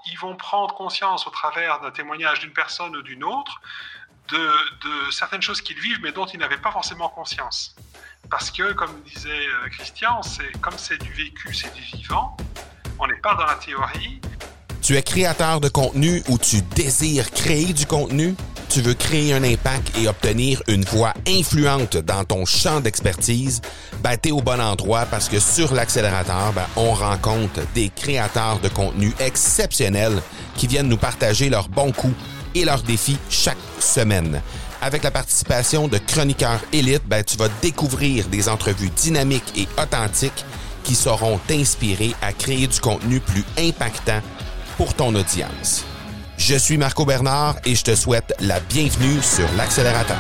ils vont prendre conscience au travers d'un témoignage d'une personne ou d'une autre de certaines choses qu'ils vivent, mais dont ils n'avaient pas forcément conscience. Parce que, comme disait Christian, comme c'est du vécu, c'est du vivant, on n'est pas dans la théorie. Tu es créateur de contenu ou tu désires créer du contenu? Tu veux créer un impact et obtenir une voix influente dans ton champ d'expertise? T'es au bon endroit parce que sur l'accélérateur, on rencontre des créateurs de contenu exceptionnels qui viennent nous partager leurs bons coups et leurs défis chaque semaine. Avec la participation de chroniqueurs élites, tu vas découvrir des entrevues dynamiques et authentiques qui sauront t'inspirer à créer du contenu plus impactant pour ton audience. Je suis Marco Bernard et je te souhaite la bienvenue sur l'accélérateur.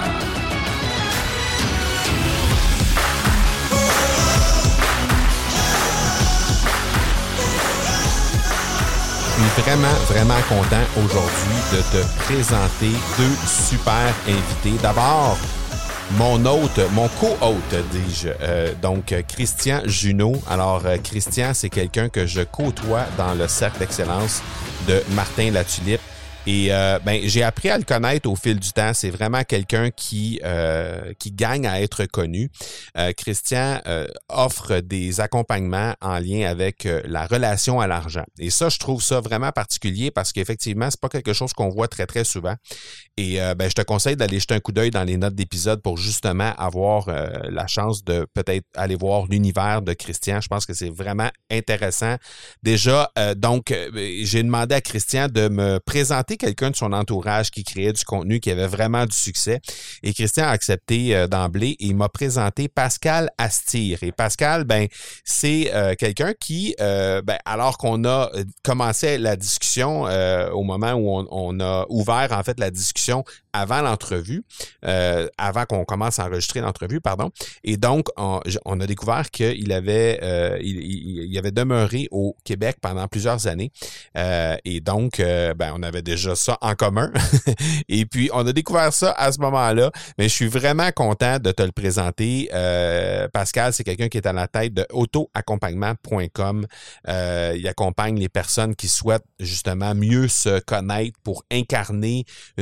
Je suis vraiment content aujourd'hui de te présenter deux super invités. D'abord, mon co-hôte, dis-je, donc Christian Junot. Alors, Christian, c'est quelqu'un que je côtoie dans le cercle d'excellence de Martin Latulippe. Et j'ai appris à le connaître au fil du temps. C'est vraiment quelqu'un qui gagne à être connu. Christian offre des accompagnements en lien avec la relation à l'argent. Et ça, je trouve ça vraiment particulier parce qu'effectivement, c'est pas quelque chose qu'on voit très, très souvent. Et je te conseille d'aller jeter un coup d'œil dans les notes d'épisode pour justement avoir la chance de peut-être aller voir l'univers de Christian. Je pense que c'est vraiment intéressant. Déjà, j'ai demandé à Christian de me présenter quelqu'un de son entourage qui créait du contenu, qui avait vraiment du succès. Et Christian a accepté d'emblée et il m'a présenté Pascal Astir. Et Pascal, c'est quelqu'un qui, alors qu'on a commencé la discussion au moment où on a ouvert en fait la discussion avant l'entrevue, avant qu'on commence à enregistrer l'entrevue, pardon. Et donc, on a découvert qu'il avait, il avait demeuré au Québec pendant plusieurs années. Et donc, on avait déjà ça en commun. Et puis, on a découvert ça à ce moment-là. Mais je suis vraiment content de te le présenter. Pascal, c'est quelqu'un qui est à la tête de autoaccompagnement.com. Il accompagne les personnes qui souhaitent justement mieux se connaître pour incarner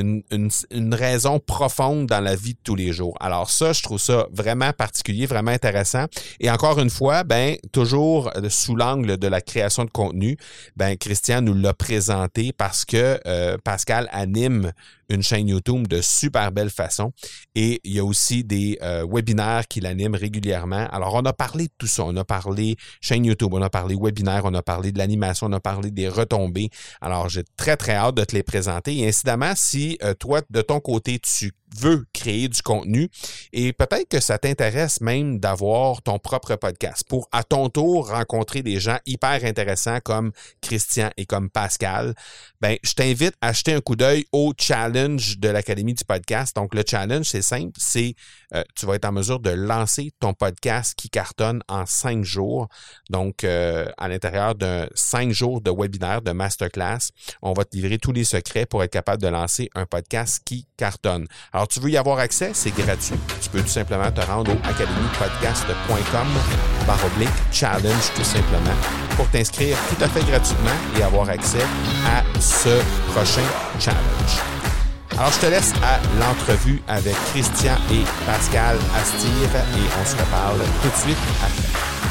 une raison profonde dans la vie de tous les jours. Alors ça, je trouve ça vraiment particulier, vraiment intéressant. Et encore une fois, toujours sous l'angle de la création de contenu, Christian nous l'a présenté parce que Pascal anime une chaîne YouTube de super belle façon et il y a aussi des webinaires qu'il anime régulièrement. Alors, on a parlé de tout ça. On a parlé chaîne YouTube, on a parlé webinaire, on a parlé de l'animation, on a parlé des retombées. Alors, j'ai très, très hâte de te les présenter. Et incidemment, si toi, de ton côté, tu veux créer du contenu et peut-être que ça t'intéresse même d'avoir ton propre podcast pour, à ton tour, rencontrer des gens hyper intéressants comme Christian et comme Pascal, je t'invite à jeter un coup d'œil au challenge de l'Académie du podcast. Donc, le challenge, c'est simple, c'est tu vas être en mesure de lancer ton podcast qui cartonne en 5 jours. Donc, à l'intérieur de 5 jours de webinaire, de masterclass, on va te livrer tous les secrets pour être capable de lancer un podcast qui cartonne. Alors, tu veux y avoir accès? C'est gratuit. Tu peux tout simplement te rendre au academypodcast.com/challenge tout simplement pour t'inscrire tout à fait gratuitement et avoir accès à ce prochain challenge. Alors, je te laisse à l'entrevue avec Christian et Pascal Astir et on se reparle tout de suite après.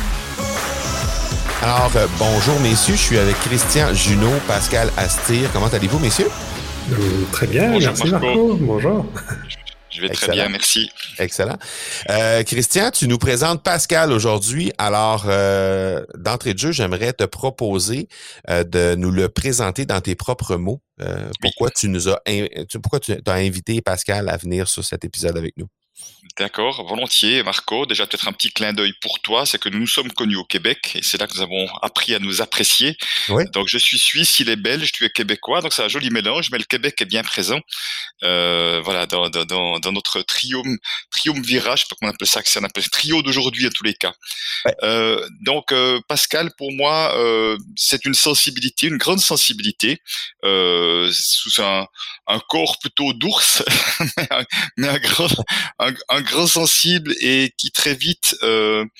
Alors, bonjour messieurs, je suis avec Christian Junot, Pascal Astir. Comment allez-vous, messieurs? Très bien, bonjour, merci Marco. Bonjour. Je vais très bien, merci. Excellent. Christian, tu nous présentes Pascal aujourd'hui. Alors, d'entrée de jeu, j'aimerais te proposer de nous le présenter dans tes propres mots. Pourquoi tu t'as invité Pascal à venir sur cet épisode avec nous? D'accord, volontiers Marco. Déjà peut-être un petit clin d'œil pour toi, c'est que nous nous sommes connus au Québec et c'est là que nous avons appris à nous apprécier. Oui. Donc je suis suisse, il est belge, tu es québécois, donc c'est un joli mélange, mais le Québec est bien présent. Voilà, dans notre triumvirat, je sais pas comment on appelle ça, que ça appelle trio d'aujourd'hui à tous les cas. Ouais. Donc Pascal, pour moi, c'est une sensibilité, une grande sensibilité, sous un corps plutôt d'ours, mais un grand sensible et qui très vite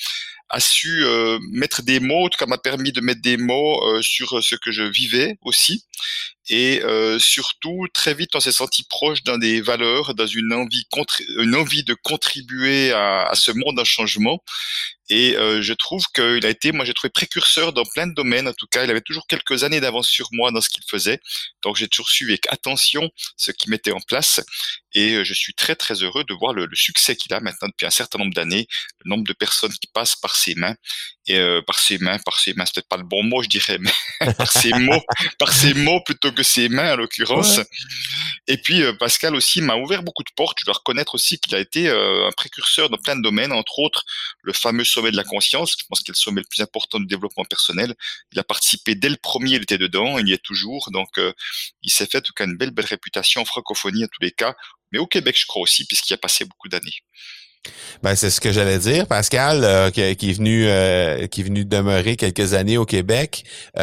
a su mettre des mots, en tout cas m'a permis de mettre des mots sur ce que je vivais aussi. Et surtout, très vite, on s'est senti proche dans des valeurs, dans une envie de contribuer à ce monde en changement. Et je trouve qu'il a été, moi j'ai trouvé précurseur dans plein de domaines. En tout cas, il avait toujours quelques années d'avance sur moi dans ce qu'il faisait. Donc j'ai toujours suivi avec attention ce qu'il mettait en place. Et je suis très très heureux de voir le succès qu'il a maintenant depuis un certain nombre d'années, le nombre de personnes qui passent par ses mains. Et par ses mains, c'est peut-être pas le bon mot, je dirais, mais par ses mots plutôt que ses mains en l'occurrence. Ouais. Et puis Pascal aussi m'a ouvert beaucoup de portes. Je dois reconnaître aussi qu'il a été un précurseur dans plein de domaines, entre autres le fameux sommet de la conscience. Je pense que c'est le sommet le plus important du développement personnel. Il a participé dès le premier, il était dedans, il y est toujours. Donc il s'est fait en tout cas une belle réputation en francophonie en tous les cas, mais au Québec je crois aussi, puisqu'il a passé beaucoup d'années. Ben c'est ce que j'allais dire, Pascal, qui est venu demeurer quelques années au Québec.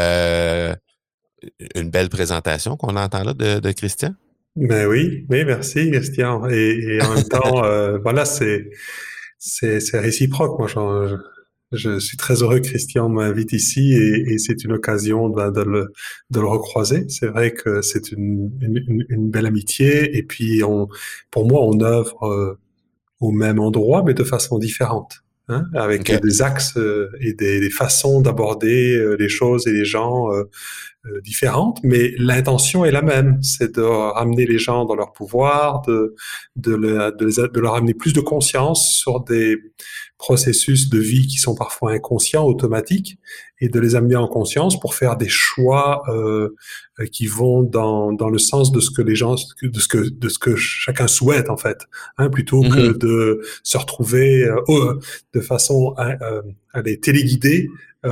Une belle présentation qu'on entend là de Christian. Ben oui, merci Christian. Et en même temps, voilà, c'est réciproque. Moi, je suis très heureux que Christian m'invite ici et c'est une occasion de le recroiser. C'est vrai que c'est une belle amitié et puis pour moi, on œuvre au même endroit, mais de façon différente, hein, avec des axes et des façons d'aborder les choses et les gens différentes, mais l'intention est la même, c'est de ramener les gens dans leur pouvoir, de leur amener plus de conscience sur des processus de vie qui sont parfois inconscients, automatiques, et de les amener en conscience pour faire des choix qui vont dans le sens de ce que les gens, de ce que chacun souhaite en fait, hein, plutôt que de se retrouver de façon à les téléguider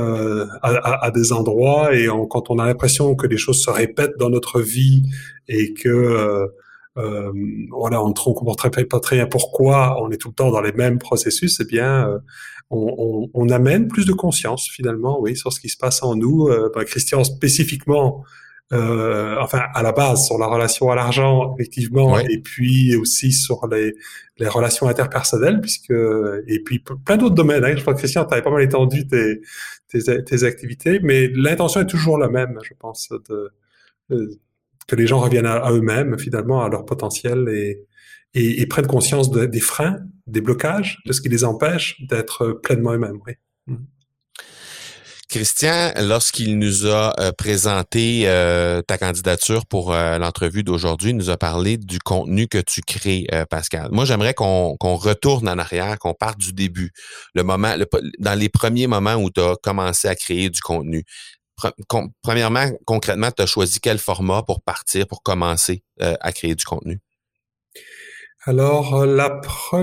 à des endroits et quand on a l'impression que les choses se répètent dans notre vie et que voilà, on ne comprend pas très bien pourquoi on est tout le temps dans les mêmes processus, eh bien on amène plus de conscience finalement, oui, sur ce qui se passe en nous. Christian spécifiquement, enfin à la base sur la relation à l'argent effectivement, et puis aussi sur les relations interpersonnelles, et puis plein d'autres domaines. Hein. Je crois que Christian, tu avais pas mal étendu tes activités, mais l'intention est toujours la même, je pense, que les gens reviennent à eux-mêmes finalement, à leur potentiel et prennent conscience des freins, des blocages, de ce qui les empêche d'être pleinement eux-mêmes. Oui. Christian, lorsqu'il nous a présenté ta candidature pour l'entrevue d'aujourd'hui, il nous a parlé du contenu que tu crées, Pascal. Moi, j'aimerais qu'on retourne en arrière, qu'on parte du début, dans les premiers moments où tu as commencé à créer du contenu. Premièrement, concrètement, tu as choisi quel format pour commencer à créer du contenu? Alors, le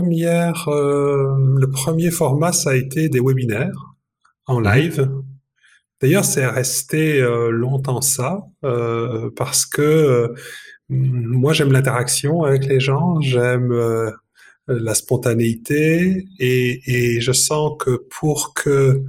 premier format, ça a été des webinaires en live. D'ailleurs, c'est resté longtemps ça, parce que moi, j'aime l'interaction avec les gens, j'aime la spontanéité, et je sens que pour que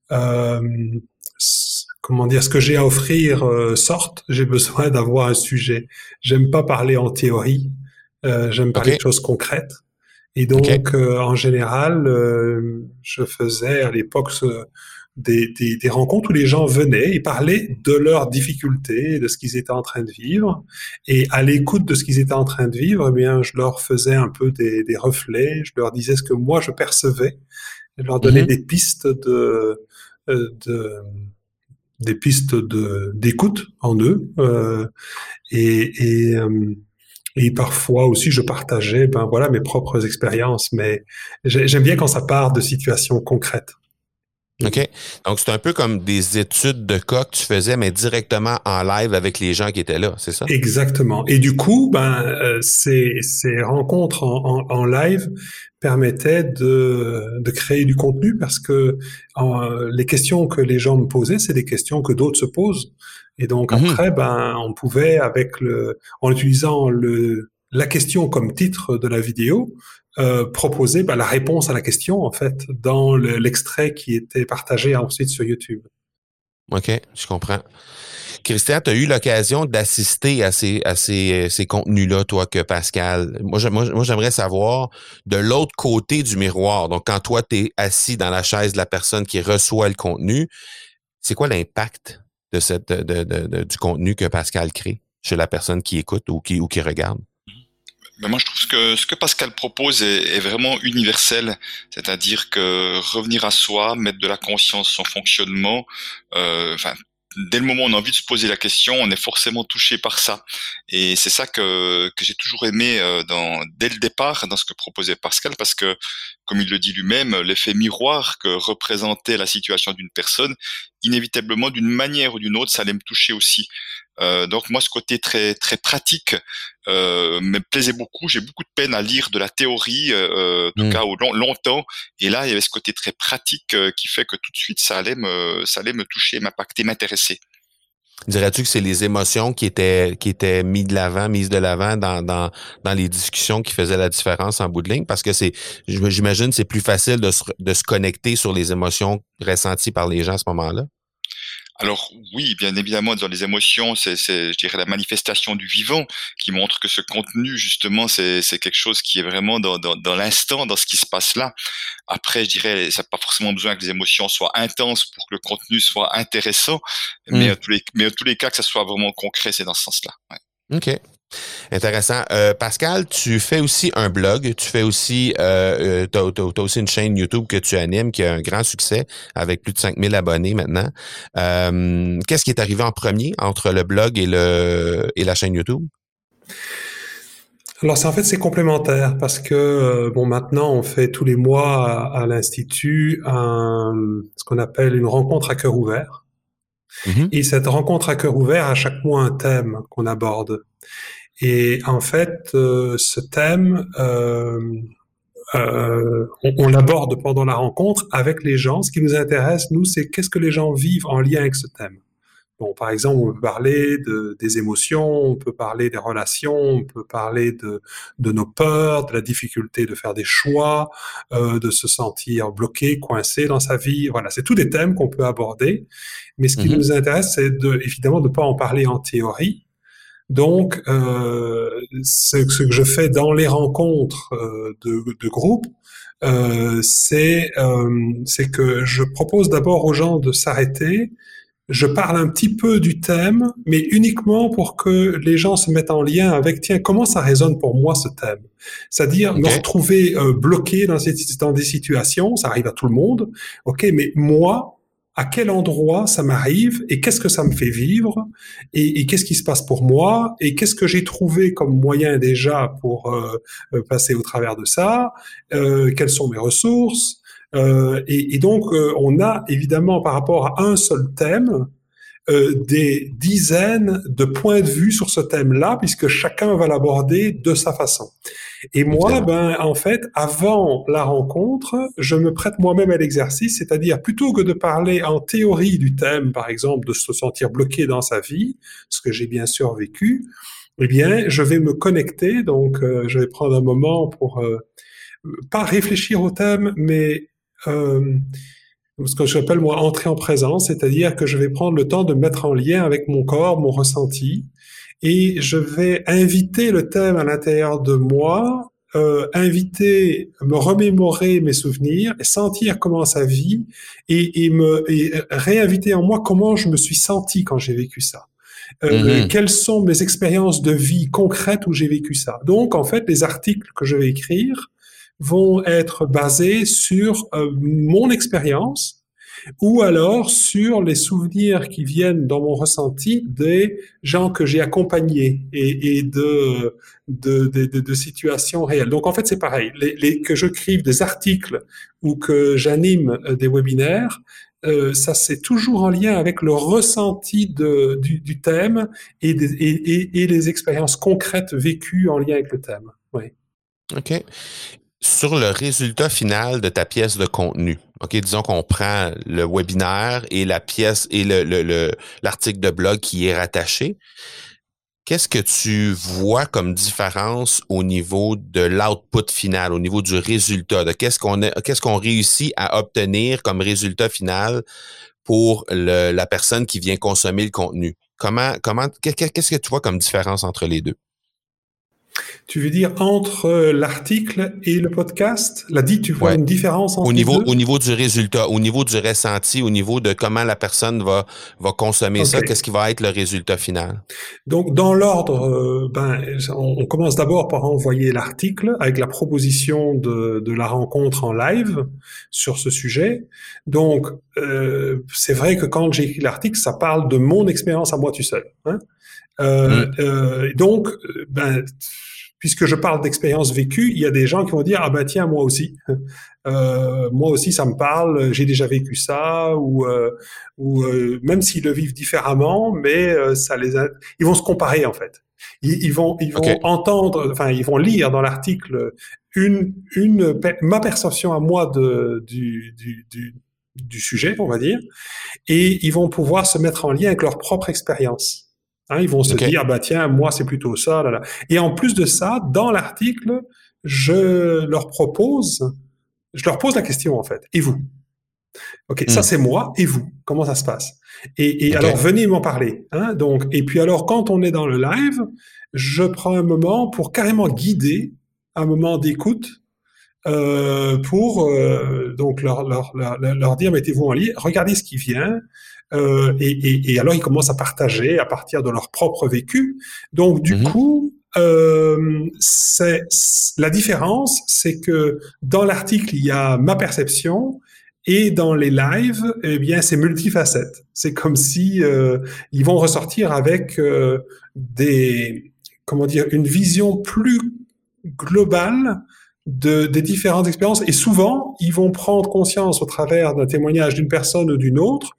ce que j'ai à offrir sorte, j'ai besoin d'avoir un sujet. J'aime pas parler en théorie, j'aime parler de choses concrètes. Et donc, en général, je faisais à l'époque des rencontres où les gens venaient et parlaient de leurs difficultés, de ce qu'ils étaient en train de vivre. Et à l'écoute de ce qu'ils étaient en train de vivre, eh bien, je leur faisais un peu des reflets, je leur disais ce que moi je percevais, je leur donnais des pistes d'écoute en eux, et parfois aussi je partageais mes propres expériences, mais j'aime bien quand ça part de situations concrètes. OK. Donc, c'est un peu comme des études de cas que tu faisais, mais directement en live avec les gens qui étaient là, c'est ça? Exactement. Et du coup, ces rencontres en live permettaient de créer du contenu parce que les questions que les gens me posaient, c'est des questions que d'autres se posent. Et donc, après, on pouvait, en utilisant la question comme titre de la vidéo, proposer la réponse à la question, en fait, dans l'extrait qui était partagé ensuite sur YouTube. OK, je comprends. Christian, tu as eu l'occasion d'assister à ces contenus-là, toi, que Pascal. Moi, j'aimerais savoir de l'autre côté du miroir. Donc, quand toi, tu es assis dans la chaise de la personne qui reçoit le contenu, c'est quoi l'impact de du contenu que Pascal crée chez la personne qui écoute ou qui regarde? Mais moi, je trouve que ce que Pascal propose est vraiment universel, c'est-à-dire que revenir à soi, mettre de la conscience en fonctionnement, dès le moment où on a envie de se poser la question, on est forcément touché par ça. Et c'est ça que j'ai toujours aimé dès le départ dans ce que proposait Pascal, parce que, comme il le dit lui-même, l'effet miroir que représentait la situation d'une personne, inévitablement, d'une manière ou d'une autre, ça allait me toucher aussi. Donc moi, ce côté très très pratique me plaisait beaucoup. J'ai beaucoup de peine à lire de la théorie, en tout cas longtemps. Et là, il y avait ce côté très pratique qui fait que tout de suite, ça allait me toucher, m'impacter, m'intéresser. Dirais-tu que c'est les émotions qui étaient mises de l'avant dans les discussions qui faisaient la différence en bout de ligne? Parce que j'imagine, c'est plus facile de se connecter sur les émotions ressenties par les gens à ce moment-là. Alors oui, bien évidemment, dans les émotions, c'est, je dirais, la manifestation du vivant qui montre que ce contenu, justement, c'est quelque chose qui est vraiment dans l'instant, dans ce qui se passe là. Après, je dirais, ça n'a pas forcément besoin que les émotions soient intenses pour que le contenu soit intéressant, mais en tous les cas, que ça soit vraiment concret, c'est dans ce sens-là. Ouais. OK. Intéressant. Pascal, tu fais aussi un blog, tu fais aussi, t'as aussi une chaîne YouTube que tu animes qui a un grand succès avec plus de 5000 abonnés maintenant. Qu'est-ce qui est arrivé en premier entre le blog et la chaîne YouTube? Alors, c'est complémentaire parce que, maintenant, on fait tous les mois à l'Institut ce qu'on appelle une rencontre à cœur ouvert. Mm-hmm. Et cette rencontre à cœur ouvert a chaque mois un thème qu'on aborde. Et en fait, ce thème, on l'aborde pendant la rencontre avec les gens. Ce qui nous intéresse, nous, c'est qu'est-ce que les gens vivent en lien avec ce thème. Bon, par exemple, on peut parler des émotions, on peut parler des relations, on peut parler de nos peurs, de la difficulté de faire des choix, de se sentir bloqué, coincé dans sa vie. Voilà, c'est tous des thèmes qu'on peut aborder. Mais ce qui nous intéresse, c'est évidemment de ne pas en parler en théorie. Donc, ce que je fais dans les rencontres de groupe, c'est que je propose d'abord aux gens de s'arrêter. Je parle un petit peu du thème, mais uniquement pour que les gens se mettent en lien avec, tiens, comment ça résonne pour moi ce thème? C'est-à-dire me retrouver bloqué dans des situations, ça arrive à tout le monde, ok, mais moi, à quel endroit ça m'arrive et qu'est-ce que ça me fait vivre et qu'est-ce qui se passe pour moi et qu'est-ce que j'ai trouvé comme moyen déjà pour passer au travers de ça, quelles sont mes ressources, et donc on a évidemment par rapport à un seul thème des dizaines de points de vue sur ce thème-là puisque chacun va l'aborder de sa façon. Et moi, en fait, avant la rencontre, je me prête moi-même à l'exercice, c'est-à-dire plutôt que de parler en théorie du thème, par exemple, de se sentir bloqué dans sa vie, ce que j'ai bien sûr vécu, eh bien, je vais me connecter, donc je vais prendre un moment pour pas réfléchir au thème, mais ce que j'appelle moi entrer en présence, c'est-à-dire que je vais prendre le temps de me mettre en lien avec mon corps, mon ressenti, et je vais inviter le thème à l'intérieur de moi, me remémorer mes souvenirs, et sentir comment ça vit, et réinviter en moi comment je me suis senti quand j'ai vécu ça. Quelles sont mes expériences de vie concrètes où j'ai vécu ça. Donc, en fait, les articles que je vais écrire vont être basés sur mon expérience, ou alors sur les souvenirs qui viennent dans mon ressenti des gens que j'ai accompagnés et de situations réelles. Donc en fait c'est pareil, que j'écrive des articles ou que j'anime des webinaires, ça c'est toujours en lien avec le ressenti du thème et les expériences concrètes vécues en lien avec le thème. Oui. OK. Sur le résultat final de ta pièce de contenu, OK, disons qu'on prend le webinaire et la pièce et l'article de blog qui est rattaché. Qu'est-ce que tu vois comme différence au niveau de l'output final, au niveau du résultat, de qu'est-ce qu'on réussit à obtenir comme résultat final pour la personne qui vient consommer le contenu? Qu'est-ce que tu vois comme différence entre les deux? Tu veux dire entre l'article et le podcast? Tu vois une différence entre les deux? Au niveau du résultat, au niveau du ressenti, au niveau de comment la personne va consommer ça, qu'est-ce qui va être le résultat final? Donc, dans l'ordre, on commence d'abord par envoyer l'article avec la proposition de la rencontre en live sur ce sujet. Donc, c'est vrai que quand j'ai écrit l'article, ça parle de mon expérience à moi tout seul. Hein? Donc, puisque je parle d'expérience vécue, il y a des gens qui vont dire tiens, moi aussi ça me parle, j'ai déjà vécu ça, ou même s'ils le vivent différemment, mais ils vont se comparer en fait. Ils vont entendre, ils vont lire dans l'article ma perception à moi du sujet, on va dire, et ils vont pouvoir se mettre en lien avec leur propre expérience. Ils vont se dire, tiens, moi, c'est plutôt ça, là. Et en plus de ça, dans l'article, je leur pose la question, en fait. Et vous? Ça, c'est moi. Et vous? Comment ça se passe? Et alors, venez m'en parler. Donc, et puis alors, quand on est dans le live, je prends un moment pour carrément guider un moment d'écoute, pour donc leur dire, mettez-vous en lit, regardez ce qui vient. Et alors ils commencent à partager à partir de leur propre vécu. Donc du coup, la différence, c'est que dans l'article il y a ma perception, et dans les lives, c'est multifacette. C'est comme si ils vont ressortir avec une vision plus globale des différentes expériences. Et souvent, ils vont prendre conscience au travers d'un témoignage d'une personne ou d'une autre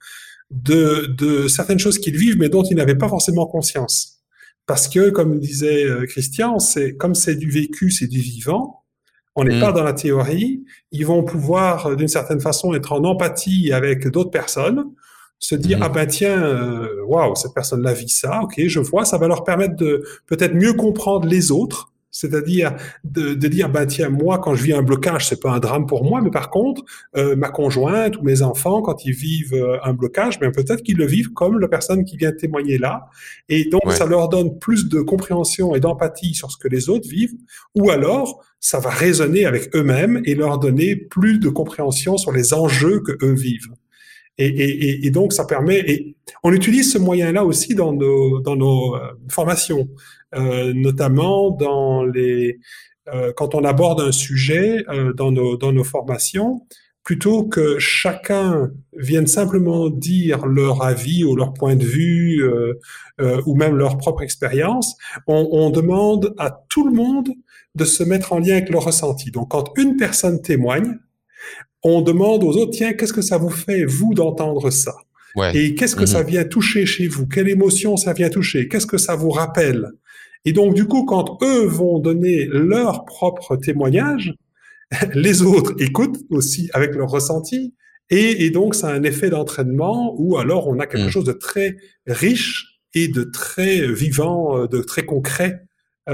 de certaines choses qu'ils vivent, mais dont ils n'avaient pas forcément conscience. Parce que, comme disait Christian, comme c'est du vécu, c'est du vivant, on n'est pas dans la théorie, ils vont pouvoir, d'une certaine façon, être en empathie avec d'autres personnes, se dire, tiens, waouh, cette personne-là vit ça, je vois, ça va leur permettre de peut-être mieux comprendre les autres, c'est-à-dire de dire, tiens, moi, quand je vis un blocage, c'est pas un drame pour moi, mais par contre, ma conjointe ou mes enfants, quand ils vivent un blocage, peut-être qu'ils le vivent comme la personne qui vient témoigner là. Et donc, ça leur donne plus de compréhension et d'empathie sur ce que les autres vivent, ou alors, ça va résonner avec eux-mêmes et leur donner plus de compréhension sur les enjeux que eux vivent. Et donc, ça permet, et on utilise ce moyen-là aussi dans nos formations. Notamment quand on aborde un sujet dans nos formations, plutôt que chacun vienne simplement dire leur avis ou leur point de vue ou même leur propre expérience, on demande à tout le monde de se mettre en lien avec leur ressenti. Donc, quand une personne témoigne, on demande aux autres, tiens, qu'est-ce que ça vous fait, vous, d'entendre ça? Et qu'est-ce que ça vient toucher chez vous? Quelle émotion ça vient toucher? Qu'est-ce que ça vous rappelle? Et donc, du coup, quand eux vont donner leur propre témoignage, les autres écoutent aussi avec leur ressenti, et donc ça a un effet d'entraînement, où alors on a quelque chose de très riche et de très vivant, de très concret,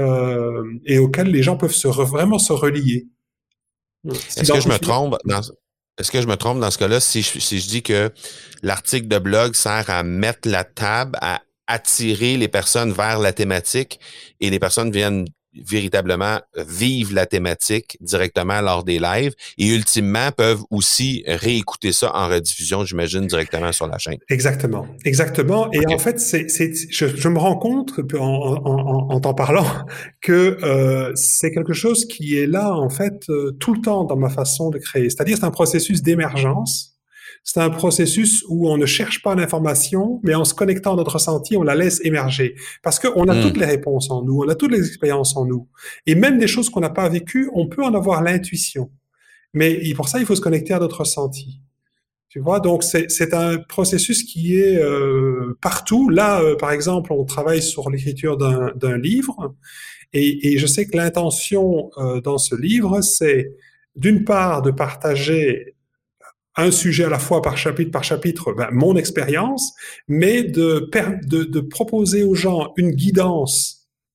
et auquel les gens peuvent vraiment se relier. Est-ce que je me trompe dans ce cas-là si je dis que l'article de blog sert à mettre la table, à attirer les personnes vers la thématique, et les personnes viennent véritablement vivre la thématique directement lors des lives, et ultimement peuvent aussi réécouter ça en rediffusion, j'imagine, directement sur la chaîne. Exactement. Et en fait, je me rends compte en t'en parlant que c'est quelque chose qui est là en fait tout le temps dans ma façon de créer. C'est-à-dire, c'est un processus d'émergence. C'est un processus où on ne cherche pas l'information, mais en se connectant à notre ressenti, on la laisse émerger. Parce qu'on a toutes les réponses en nous, on a toutes les expériences en nous. Et même des choses qu'on n'a pas vécues, on peut en avoir l'intuition. Mais pour ça, il faut se connecter à notre ressenti. Tu vois, donc c'est un processus qui est partout. Là, par exemple, on travaille sur l'écriture d'un livre. Et je sais que l'intention dans ce livre, c'est d'une part de partager un sujet à la fois par chapitre, mon expérience, mais de proposer aux gens une guidance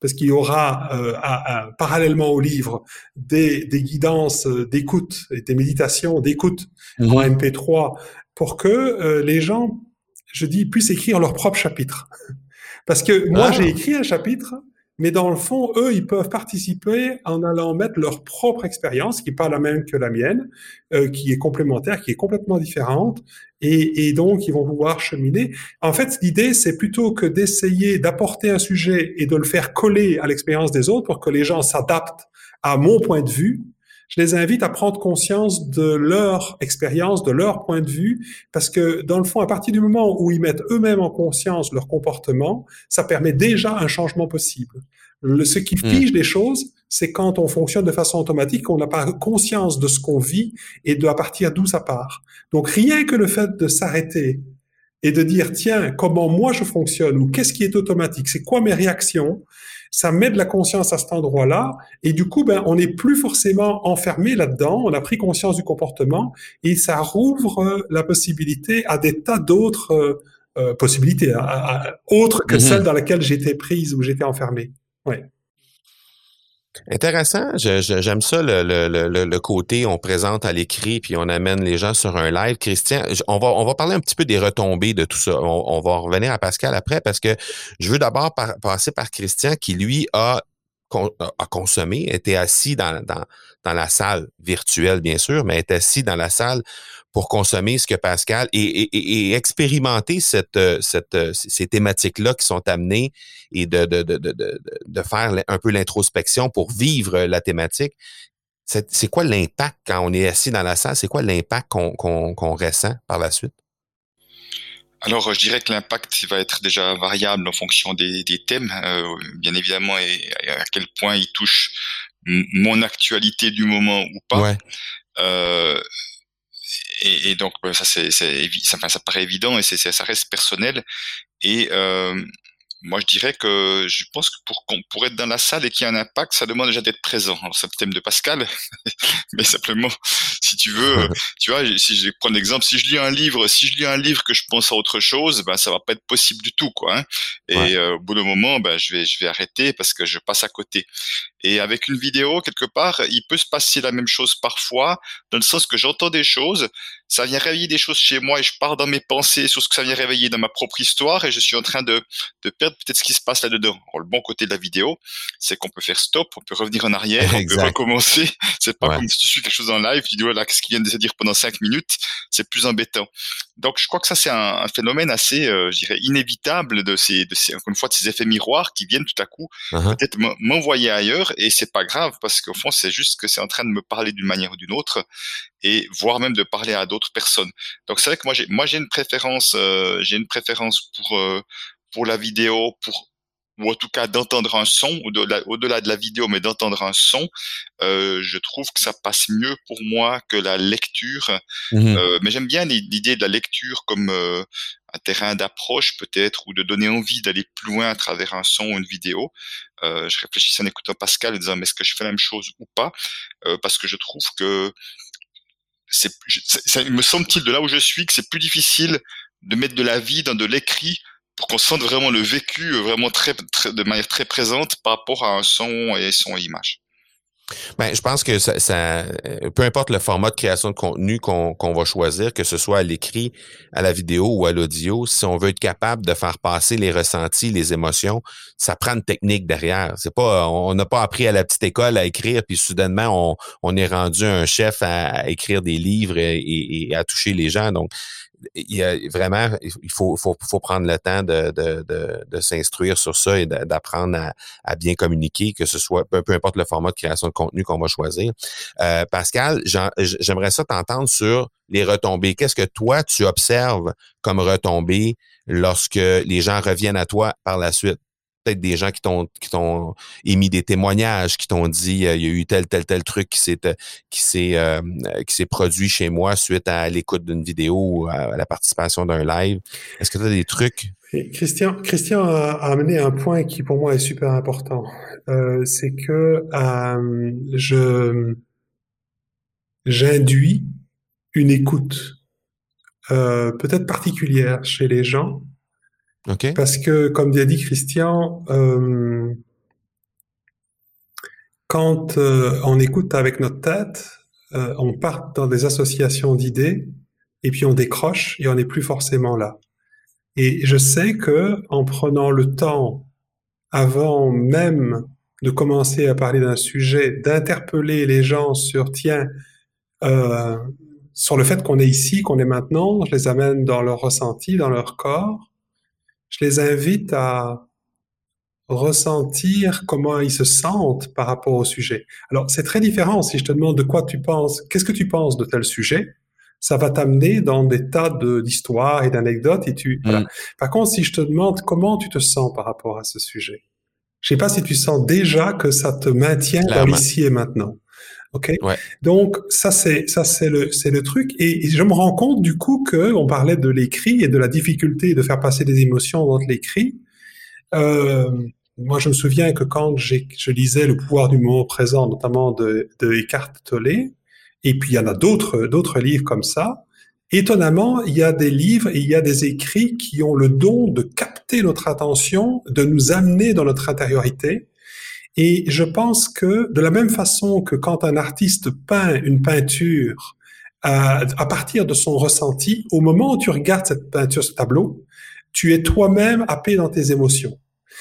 parce qu'il y aura parallèlement au livre des guidances d'écoute et des méditations d'écoute en MP3 pour que les gens, je dis, puissent écrire leur propre chapitre. Parce que moi, j'ai écrit un chapitre, mais dans le fond, eux, ils peuvent participer en allant mettre leur propre expérience, qui n'est pas la même que la mienne, qui est complémentaire, qui est complètement différente, et donc ils vont pouvoir cheminer. En fait, l'idée, c'est plutôt que d'essayer d'apporter un sujet et de le faire coller à l'expérience des autres pour que les gens s'adaptent à mon point de vue. Je les invite à prendre conscience de leur expérience, de leur point de vue, parce que dans le fond, à partir du moment où ils mettent eux-mêmes en conscience leur comportement, ça permet déjà un changement possible. Ce qui fige les choses, c'est quand on fonctionne de façon automatique, on n'a pas conscience de ce qu'on vit et de à partir d'où ça part. Donc rien que le fait de s'arrêter et de dire, tiens, comment moi je fonctionne, ou qu'est-ce qui est automatique, c'est quoi mes réactions, ça met de la conscience à cet endroit-là, et du coup, on n'est plus forcément enfermé là-dedans, on a pris conscience du comportement, et ça rouvre la possibilité à des tas d'autres possibilités, autres que celles dans lesquelles j'étais prise ou j'étais enfermé. Ouais. Intéressant. J'aime ça, le côté on présente à l'écrit puis on amène les gens sur un live. Christian, on va parler un petit peu des retombées de tout ça. On va revenir à Pascal après parce que je veux d'abord passer par Christian qui, lui, a consommé, était assis dans la salle virtuelle, bien sûr, mais est assis dans la salle pour consommer ce que Pascal et expérimenter ces thématiques-là qui sont amenées et de faire un peu l'introspection pour vivre la thématique. C'est quoi l'impact quand on est assis dans la salle? C'est quoi l'impact qu'on ressent par la suite? Alors, je dirais que l'impact va être déjà variable en fonction des thèmes, bien évidemment, et à quel point il touche mon actualité du moment ou pas. Ouais. Et donc ça ça paraît évident et ça reste personnel. Et moi, je dirais que je pense que pour être dans la salle et qu'il y ait un impact, ça demande déjà d'être présent. Alors, c'est le thème de Pascal, mais simplement, si tu veux, tu vois, si je prends l'exemple, si je lis un livre que je pense à autre chose, ça va pas être possible du tout, quoi. Hein. Et au bout d'un moment, je vais arrêter parce que je passe à côté. Et avec une vidéo, quelque part, il peut se passer la même chose parfois, dans le sens que j'entends des choses, ça vient réveiller des choses chez moi et je pars dans mes pensées sur ce que ça vient réveiller dans ma propre histoire et je suis en train de perdre peut-être ce qui se passe là-dedans. Alors, le bon côté de la vidéo, c'est qu'on peut faire stop, on peut revenir en arrière, on peut recommencer. C'est pas comme si tu suis quelque chose en live, tu dis, voilà, qu'est-ce qu'il vient de se dire pendant 5 minutes? C'est plus embêtant. Donc, je crois que ça, c'est un phénomène assez, je dirais, inévitable encore une fois, de ces effets miroirs qui viennent tout à coup, peut-être m'envoyer ailleurs et c'est pas grave parce qu'au fond, c'est juste que c'est en train de me parler d'une manière ou d'une autre et voire même de parler à d'autres personnes. Donc, c'est vrai que moi, j'ai une préférence pour la vidéo, ou en tout cas d'entendre un son, au-delà de la vidéo, mais d'entendre un son, je trouve que ça passe mieux pour moi que la lecture. Mais j'aime bien l'idée de la lecture comme un terrain d'approche peut-être, ou de donner envie d'aller plus loin à travers un son ou une vidéo. Je réfléchissais en écoutant Pascal en disant, mais est-ce que je fais la même chose ou pas? Parce que je trouve que ça me semble-t-il de là où je suis que c'est plus difficile de mettre de la vie dans de l'écrit pour qu'on sente vraiment le vécu vraiment de manière très présente par rapport à un son et image. Je pense que ça peu importe le format de création de contenu qu'on va choisir, que ce soit à l'écrit, à la vidéo ou à l'audio, si on veut être capable de faire passer les ressentis, les émotions, ça prend une technique derrière. C'est pas, on n'a pas appris à la petite école à écrire, puis soudainement on est rendu un chef à écrire des livres et à toucher les gens. Donc il y a vraiment, il faut prendre le temps de s'instruire sur ça et d'apprendre à bien communiquer, que ce soit peu importe le format de création de contenu qu'on va choisir. Pascal, j'aimerais ça t'entendre sur les retombées. Qu'est-ce que toi tu observes comme retombées lorsque les gens reviennent à toi par la suite? Peut-être des gens qui t'ont émis des témoignages, qui t'ont dit il y a eu tel truc qui s'est produit chez moi suite à l'écoute d'une vidéo ou à la participation d'un live. Est-ce que tu as des trucs? Et Christian a amené un point qui pour moi est super important. C'est que j'induis une écoute peut-être particulière chez les gens. Okay. Parce que, comme l'a dit Christian, quand on écoute avec notre tête, on part dans des associations d'idées et puis on décroche et on n'est plus forcément là. Et je sais que en prenant le temps avant même de commencer à parler d'un sujet, d'interpeller les gens sur tiens, sur le fait qu'on est ici, qu'on est maintenant, je les amène dans leur ressenti, dans leur corps, je les invite à ressentir comment ils se sentent par rapport au sujet. Alors, c'est très différent si je te demande de quoi tu penses, qu'est-ce que tu penses de tel sujet, ça va t'amener dans des tas d'histoires et d'anecdotes et voilà. Par contre, si je te demande comment tu te sens par rapport à ce sujet, je sais pas si tu sens déjà que ça te maintient dans l'ici et maintenant. OK? Ouais. Donc, ça, c'est le truc. Et je me rends compte, du coup, que on parlait de l'écrit et de la difficulté de faire passer des émotions dans l'écrit. Moi, je me souviens que quand je lisais Le pouvoir du moment présent, notamment de Eckhart Tolle, et puis il y en a d'autres livres comme ça, étonnamment, il y a des livres et il y a des écrits qui ont le don de capter notre attention, de nous amener dans notre intériorité. Et je pense que de la même façon que quand un artiste peint une peinture à partir de son ressenti, au moment où tu regardes cette peinture, ce tableau, tu es toi-même happé dans tes émotions.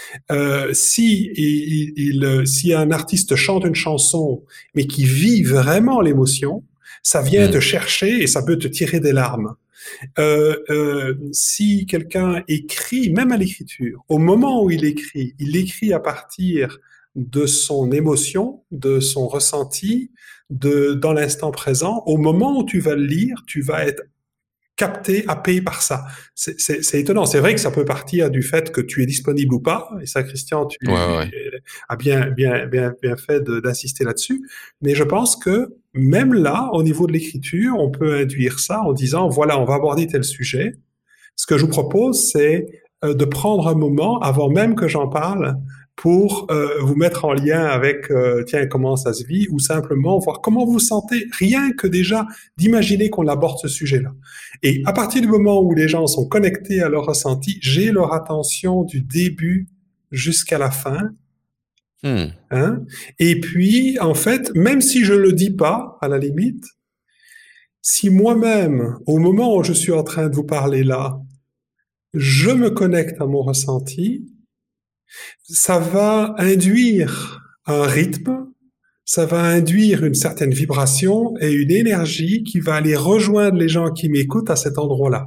Si un artiste chante une chanson, mais qui vit vraiment l'émotion, ça vient te chercher et ça peut te tirer des larmes. Si quelqu'un écrit, même à l'écriture, au moment où il écrit à partir de son émotion, de son ressenti, dans l'instant présent, au moment où tu vas le lire, tu vas être capté, happé par ça. C'est étonnant. C'est vrai que ça peut partir du fait que tu es disponible ou pas. Et ça, Christian, tu as bien fait d'insister là-dessus. Mais je pense que même là, au niveau de l'écriture, on peut induire ça en disant, voilà, on va aborder tel sujet. Ce que je vous propose, c'est de prendre un moment, avant même que j'en parle, pour vous mettre en lien avec tiens, comment ça se vit, ou simplement voir comment vous vous sentez, rien que déjà d'imaginer qu'on aborde ce sujet-là. Et à partir du moment où les gens sont connectés à leur ressenti, j'ai leur attention du début jusqu'à la fin. Hein? Et puis, en fait, même si je le dis pas, à la limite, si moi-même, au moment où je suis en train de vous parler là, je me connecte à mon ressenti, ça va induire un rythme, ça va induire une certaine vibration et une énergie qui va aller rejoindre les gens qui m'écoutent à cet endroit-là.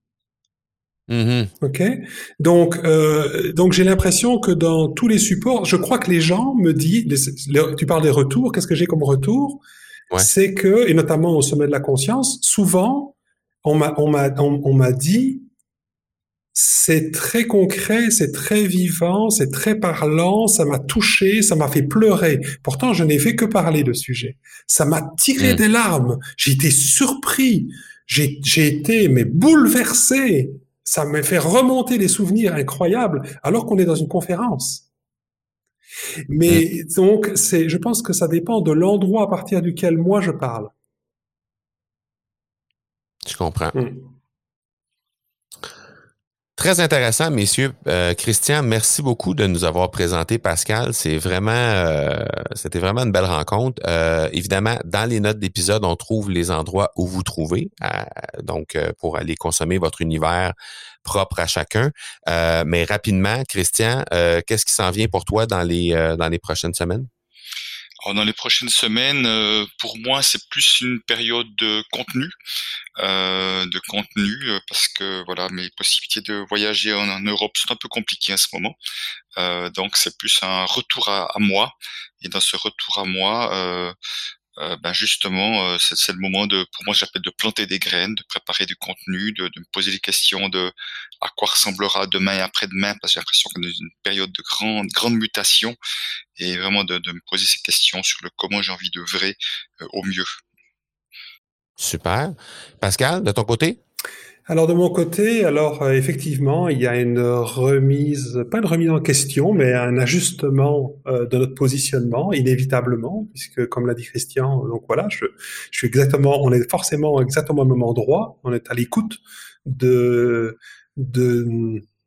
Ok? Donc j'ai l'impression que dans tous les supports, je crois que les gens me disent, tu parles des retours, qu'est-ce que j'ai comme retour? C'est que, et notamment au sommet de la conscience, souvent, on m'a dit, c'est très concret, c'est très vivant, c'est très parlant, ça m'a touché, ça m'a fait pleurer. Pourtant, je n'ai fait que parler de sujet. Ça m'a tiré des larmes. J'ai été surpris. J'ai été, mais bouleversé. Ça m'a fait remonter des souvenirs incroyables alors qu'on est dans une conférence. Mais donc, je pense que ça dépend de l'endroit à partir duquel moi je parle. Je comprends. Très intéressant, messieurs. Christian, merci beaucoup de nous avoir présenté Pascal. C'était vraiment une belle rencontre. Évidemment, dans les notes d'épisode, on trouve les endroits où vous trouvez, donc pour aller consommer votre univers propre à chacun. Mais rapidement, Christian, qu'est-ce qui s'en vient pour toi dans les prochaines semaines? Alors, dans les prochaines semaines, pour moi, c'est plus une période de contenu. Parce que voilà, mes possibilités de voyager en Europe sont un peu compliquées en ce moment. Donc c'est plus un retour à moi. Et dans ce retour à moi, justement, c'est le moment pour moi, j'appelle de planter des graines, de préparer du contenu, de me poser des questions de à quoi ressemblera demain et après-demain, parce que j'ai l'impression qu'on est dans une période de grande mutation, et vraiment de me poser ces questions sur le comment j'ai envie d'œuvrer au mieux. Super. Pascal, de ton côté? Alors de mon côté, effectivement, il y a une remise, pas une remise en question, mais un ajustement de notre positionnement, inévitablement, puisque comme l'a dit Christian, donc voilà, on est forcément exactement au même endroit, on est à l'écoute de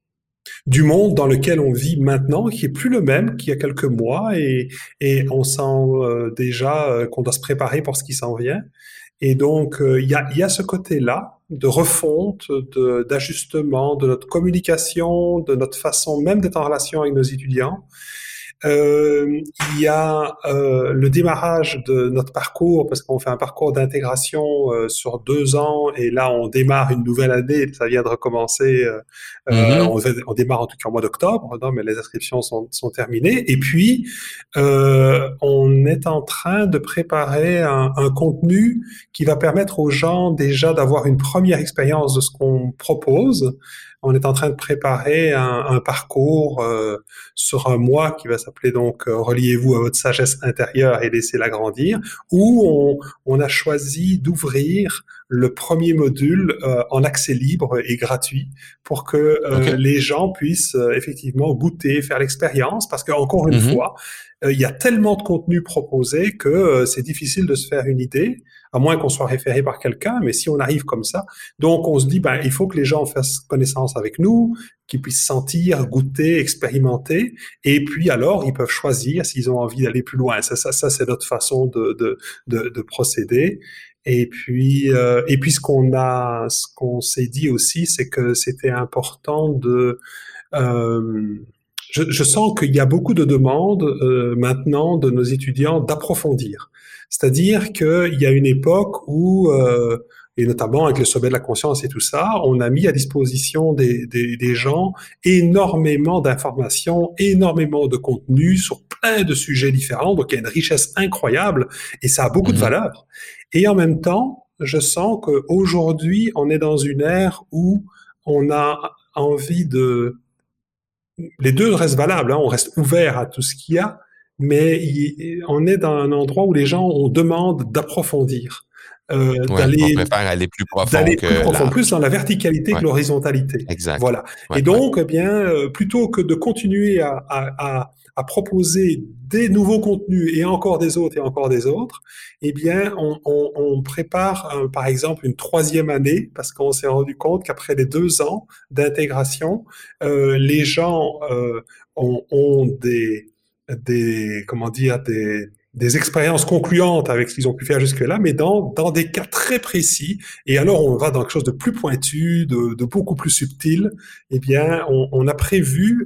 du monde dans lequel on vit maintenant, qui est plus le même qu'il y a quelques mois, et on sent déjà qu'on doit se préparer pour ce qui s'en vient. Et donc, il y a ce côté-là de refonte, d'ajustement de notre communication, de notre façon même d'être en relation avec nos étudiants. Il y a le démarrage de notre parcours, parce qu'on fait un parcours d'intégration sur 2 ans, et là on démarre une nouvelle année, ça vient de recommencer. On démarre en tout cas au mois d'octobre, non, mais les inscriptions sont terminées. Et puis on est en train de préparer un contenu qui va permettre aux gens déjà d'avoir une première expérience de ce qu'on propose. On est en train de préparer un parcours sur un mois qui va s'appeler donc Reliez-vous à votre sagesse intérieure et laissez-la grandir, où on a choisi d'ouvrir le premier module en accès libre et gratuit pour que les gens puissent effectivement goûter, faire l'expérience, parce que encore une fois, il y a tellement de contenu proposé que c'est difficile de se faire une idée, à moins qu'on soit référé par quelqu'un, mais si on arrive comme ça, donc on se dit, il faut que les gens fassent connaissance avec nous, qu'ils puissent sentir, goûter, expérimenter, et puis alors ils peuvent choisir s'ils ont envie d'aller plus loin. Ça c'est notre façon de procéder. Et puis ce qu'on s'est dit aussi, c'est que c'était important de je sens qu'il y a beaucoup de demandes maintenant de nos étudiants d'approfondir. C'est-à-dire qu'il y a une époque où, et notamment avec le sommet de la conscience et tout ça, on a mis à disposition des gens énormément d'informations, énormément de contenu sur plein de sujets différents. Donc il y a une richesse incroyable et ça a beaucoup de valeur. Et en même temps, je sens qu'aujourd'hui, on est dans une ère où on a envie de... Les deux restent valables, hein, on reste ouvert à tout ce qu'il y a, mais on est dans un endroit où les gens on demande d'approfondir, d'aller, on préfère aller plus profond, plus dans la verticalité que l'horizontalité. Exact. Voilà. Et donc, eh bien, plutôt que de continuer à proposer des nouveaux contenus et encore des autres, eh bien, on prépare, par exemple, une 3e année, parce qu'on s'est rendu compte qu'après les 2 ans d'intégration, les gens ont des expériences concluantes avec ce qu'ils ont pu faire jusque-là, mais dans des cas très précis. Et alors, on va dans quelque chose de plus pointu, de beaucoup plus subtil. Eh bien, on a prévu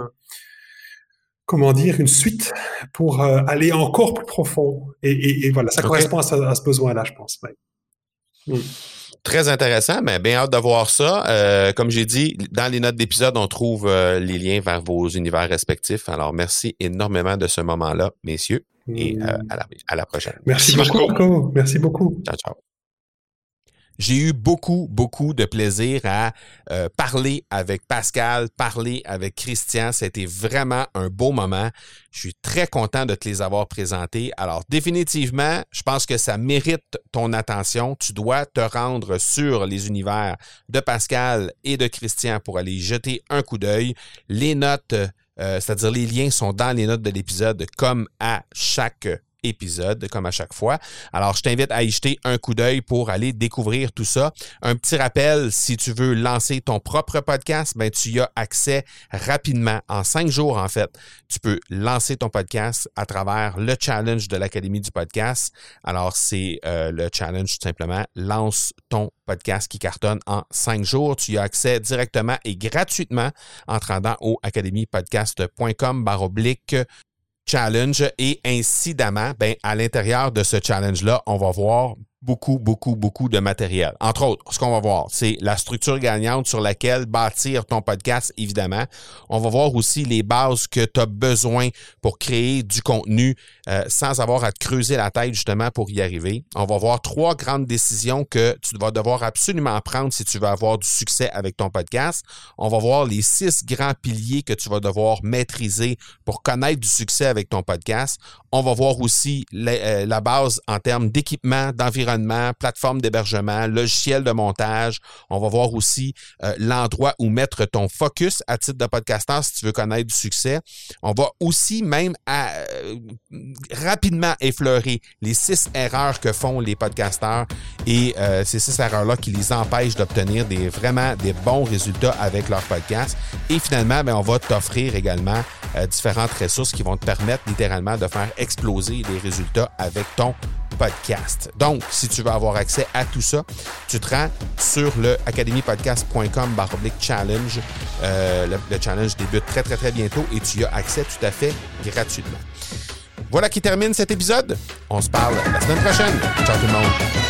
une suite pour aller encore plus profond. Et voilà, ça correspond à ce besoin-là, je pense. Ouais. Très intéressant, mais bien hâte de voir ça. Comme j'ai dit, dans les notes d'épisode, on trouve les liens vers vos univers respectifs. Alors, merci énormément de ce moment-là, messieurs, et à la prochaine. Merci beaucoup, Marco. Merci beaucoup. Ciao, ciao. J'ai eu beaucoup de plaisir à parler avec Pascal, parler avec Christian. C'était vraiment un beau moment. Je suis très content de te les avoir présentés. Alors, définitivement, je pense que ça mérite ton attention. Tu dois te rendre sur les univers de Pascal et de Christian pour aller y jeter un coup d'œil. Les notes, c'est-à-dire les liens sont dans les notes de l'épisode comme à chaque épisode, comme à chaque fois. Alors, je t'invite à y jeter un coup d'œil pour aller découvrir tout ça. Un petit rappel, si tu veux lancer ton propre podcast, tu y as accès rapidement, en 5 jours en fait. Tu peux lancer ton podcast à travers le challenge de l'Académie du podcast. Alors, c'est le challenge tout simplement. Lance ton podcast qui cartonne en 5 jours. Tu y as accès directement et gratuitement en te rendant au academypodcast.com/challenge, et incidemment, à l'intérieur de ce challenge-là, on va voir beaucoup de matériel. Entre autres, ce qu'on va voir, c'est la structure gagnante sur laquelle bâtir ton podcast, évidemment. On va voir aussi les bases que tu as besoin pour créer du contenu sans avoir à te creuser la tête justement pour y arriver. On va voir 3 grandes décisions que tu vas devoir absolument prendre si tu veux avoir du succès avec ton podcast. On va voir les 6 grands piliers que tu vas devoir maîtriser pour connaître du succès avec ton podcast. On va voir aussi la base en termes d'équipement, d'environnement, environnement, plateforme d'hébergement, logiciel de montage. On va voir aussi l'endroit où mettre ton focus à titre de podcasteur si tu veux connaître du succès. On va aussi même rapidement effleurer les 6 erreurs que font les podcasteurs et ces 6 erreurs-là qui les empêchent d'obtenir vraiment des bons résultats avec leur podcast. Et finalement, on va t'offrir également différentes ressources qui vont te permettre littéralement de faire exploser les résultats avec ton podcast. Donc, si tu veux avoir accès à tout ça, tu te rends sur le academypodcast.com/challenge. Le challenge débute très, très, très bientôt et tu y as accès tout à fait gratuitement. Voilà qui termine cet épisode. On se parle la semaine prochaine. Ciao tout le monde.